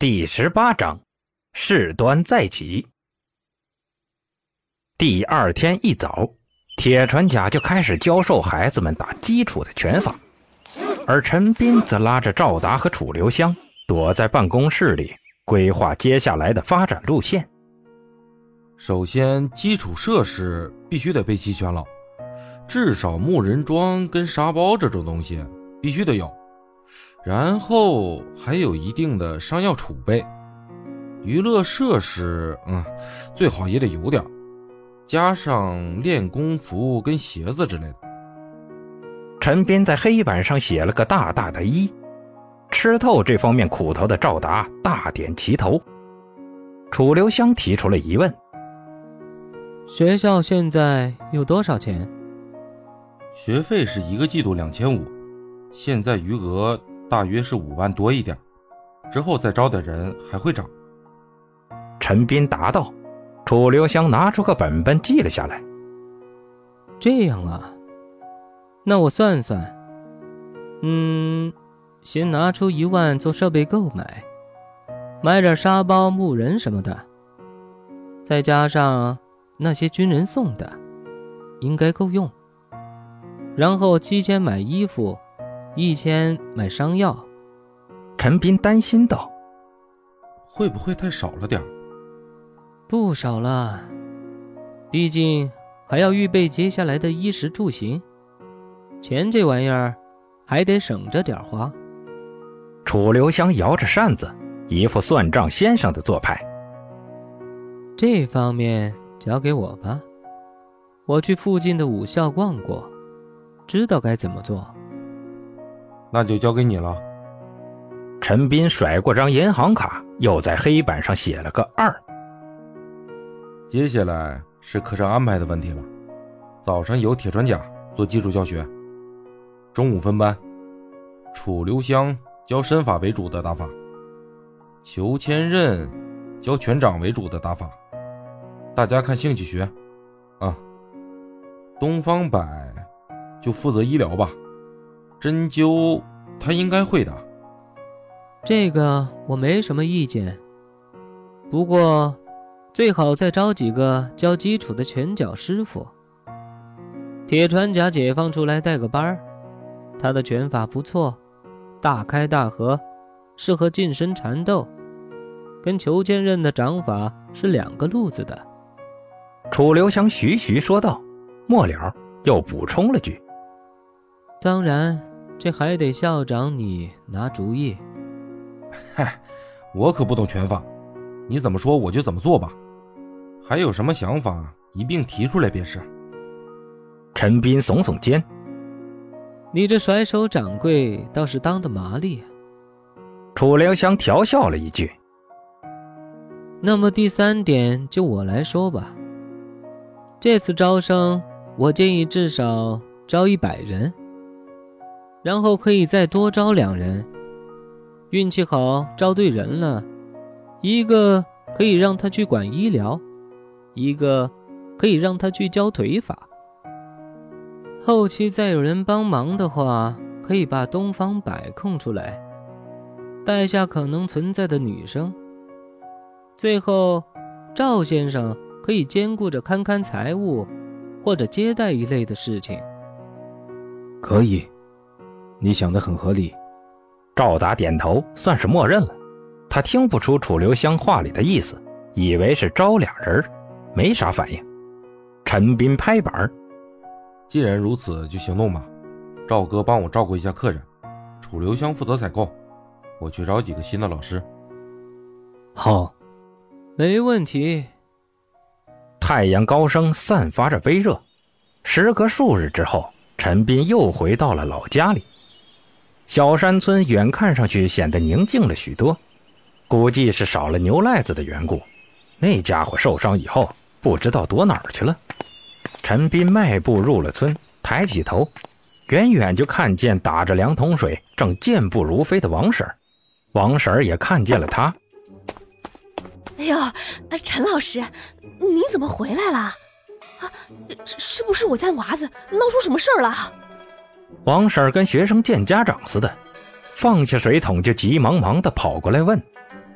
第18章，事端再起。第二天一早，铁船甲就开始教授孩子们打基础的拳法，而陈斌则拉着赵达和楚留香躲在办公室里规划接下来的发展路线。 首先，基础设施必须得备齐全了，至少木人桩跟沙包这种东西必须得有，然后还有一定的商药储备。娱乐设施最好也得有点，加上练功服跟鞋子之类的。 陈斌在黑板上写了个大大的1，吃透这方面苦头的赵达大点齐头。楚留香提出了疑问： 学校现在有多少钱？ 学费是1个季度2500，现在余额大约是5万多一点，之后再招点人还会涨。 陈斌答道。楚留香拿出个本本记了下来。 这样啊，那我算算，先拿出1万做设备购买，买点沙包、木人什么的，再加上那些军人送的，应该够用。然后7000买衣服，1000买伤药。 陈斌担心道： 会不会太少了点？ 不少了，毕竟还要预备接下来的衣食住行，钱这玩意儿还得省着点花。 楚留香摇着扇子，一副算账先生的做派。 这方面交给我吧，我去附近的武校逛过，知道该怎么做。 那就交给你了。 陈斌甩过张银行卡，又在黑板上写了个2。 接下来是课程安排的问题了。早上由铁船甲做基础教学，中午分班，楚留香教身法为主的打法，裘千仞教拳掌为主的打法，大家看兴趣学东方柏就负责医疗吧，针灸他应该会的。 这个我没什么意见，不过最好再招几个教基础的拳脚师傅。铁船甲解放出来带个班，他的拳法不错，大开大合，适合近身缠斗，跟裘千仞的掌法是2个路子的。 楚留香徐徐说道，末了又补充了句： 当然这还得校长你拿主意。 嗨，我可不懂拳法，你怎么说我就怎么做吧，还有什么想法一并提出来便是。 陈斌耸耸肩， 你这甩手掌柜倒是当得麻利。 楚留香调笑了一句。 那么第3点就我来说吧，这次招生我建议至少招100人，然后可以再多招2人，运气好招对人了，一个可以让他去管医疗，一个可以让他去教腿法。后期再有人帮忙的话，可以把东方柏空出来，带下可能存在的女生。最后赵先生可以兼顾着看看财务或者接待一类的事情。 可以，你想得很合理。 赵达点头，算是默认了。他听不出楚留香话里的意思，以为是招2人，没啥反应。陈斌拍板： 既然如此就行动吧，赵哥帮我照顾一下客人，楚留香负责采购，我去找几个新的老师。 好，没问题。 太阳高升，散发着微热。时隔数日之后，陈斌又回到了老家里。小山村远看上去显得宁静了许多，估计是少了牛赖子的缘故。那家伙受伤以后不知道躲哪儿去了。陈斌迈步入了村，抬起头，远远就看见打着2桶水正健步如飞的王婶。王婶也看见了他。 哎呦，陈老师，你怎么回来了？是不是我家的娃子闹出什么事儿了？ 王婶跟学生见家长似的，放下水桶就急忙忙地跑过来问：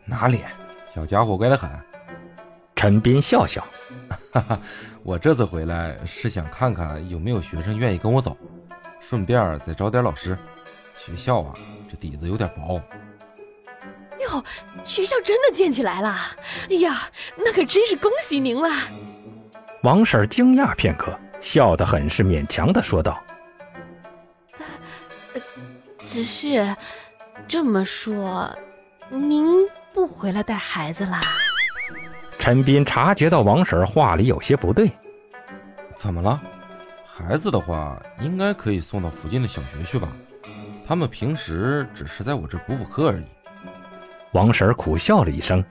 拿脸，小家伙乖得很。 陈斌笑笑， 哈哈，我这次回来是想看看有没有学生愿意跟我走，顺便再招点老师。学校啊，这底子有点薄。 哟，学校真的建起来了！哎呀，那可真是恭喜您了。 王婶惊讶片刻，笑得很是勉强地说道： 只是这么说，您不回来带孩子啦？ 陈斌察觉到王婶话里有些不对。 怎么了？孩子的话，应该可以送到附近的小学去吧？他们平时只是在我这补课而已。 王婶苦笑了一声，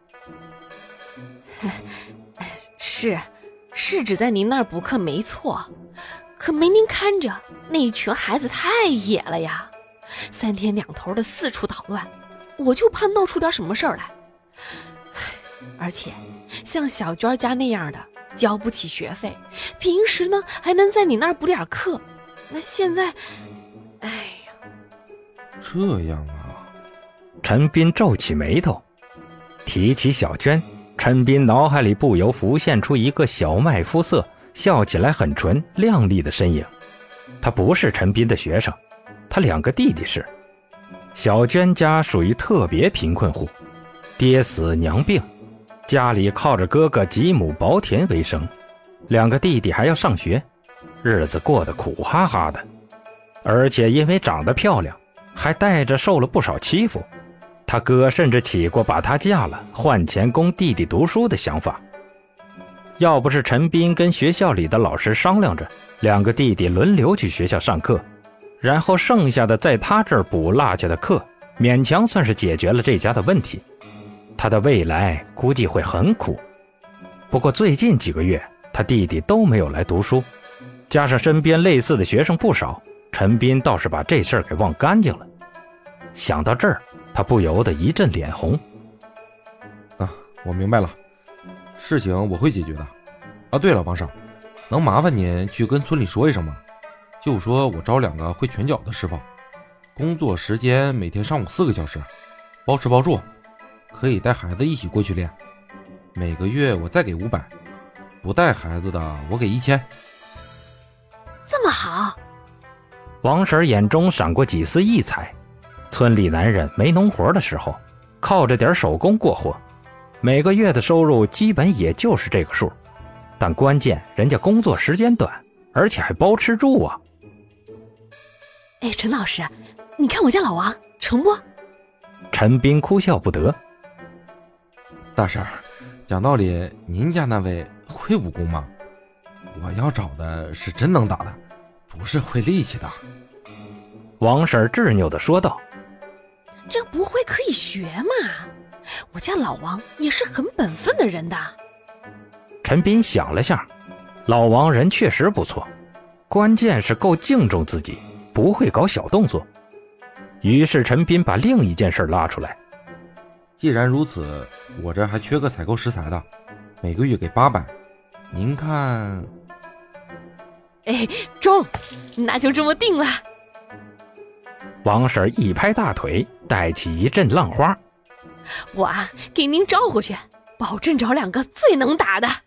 是只在您那儿补课没错，可没您看着，那一群孩子太野了呀，3天2头的四处捣乱，我就怕闹出点什么事儿来。而且像小娟家那样的交不起学费，平时呢还能在你那儿补点课，那现在哎呀， 这样啊。 陈斌皱起眉头，提起小娟，陈斌脑海里不由浮现出一个小麦肤色，笑起来很纯靓丽的身影。她不是陈斌的学生，他2个弟弟是。小娟家属于特别贫困户，爹死娘病，家里靠着哥哥几亩薄田为生，2个弟弟还要上学，日子过得苦哈哈的。而且因为长得漂亮，还带着受了不少欺负，他哥甚至起过把她嫁了换钱供弟弟读书的想法。要不是陈斌跟学校里的老师商量着，2个弟弟轮流去学校上课，然后剩下的在他这儿补落下的课，勉强算是解决了这家的问题。他的未来估计会很苦。不过最近几个月他弟弟都没有来读书，加上身边类似的学生不少，陈斌倒是把这事儿给忘干净了。想到这儿，他不由得一阵脸红。 我明白了，事情我会解决的。啊，对了，王婶，能麻烦您去跟村里说一声吗？就说我招2个会拳脚的师傅，工作时间每天上午4个小时，包吃包住，可以带孩子一起过去练。每个月我再给500，不带孩子的我给1000。 这么好？ 王婶眼中闪过几丝异彩。村里男人没农活的时候，靠着点手工过活，每个月的收入基本也就是这个数。但关键人家工作时间短，而且还包吃住啊。 哎，陈老师，你看我家老王成不？ 陈斌哭笑不得。 大婶，讲道理，您家那位会武功吗？我要找的是真能打的，不是会力气的。 王婶执拗地说道。 这不会可以学嘛？我家老王也是很本分的人的。 陈斌想了下，老王人确实不错，关键是够敬重自己，不会搞小动作。于是陈斌把另一件事拉出来。 既然如此，我这还缺个采购食材的，每个月给800，您看？ 哎，中，那就这么定了。 王婶一拍大腿，带起一阵浪花。 我给您招回去，保证找2个最能打的。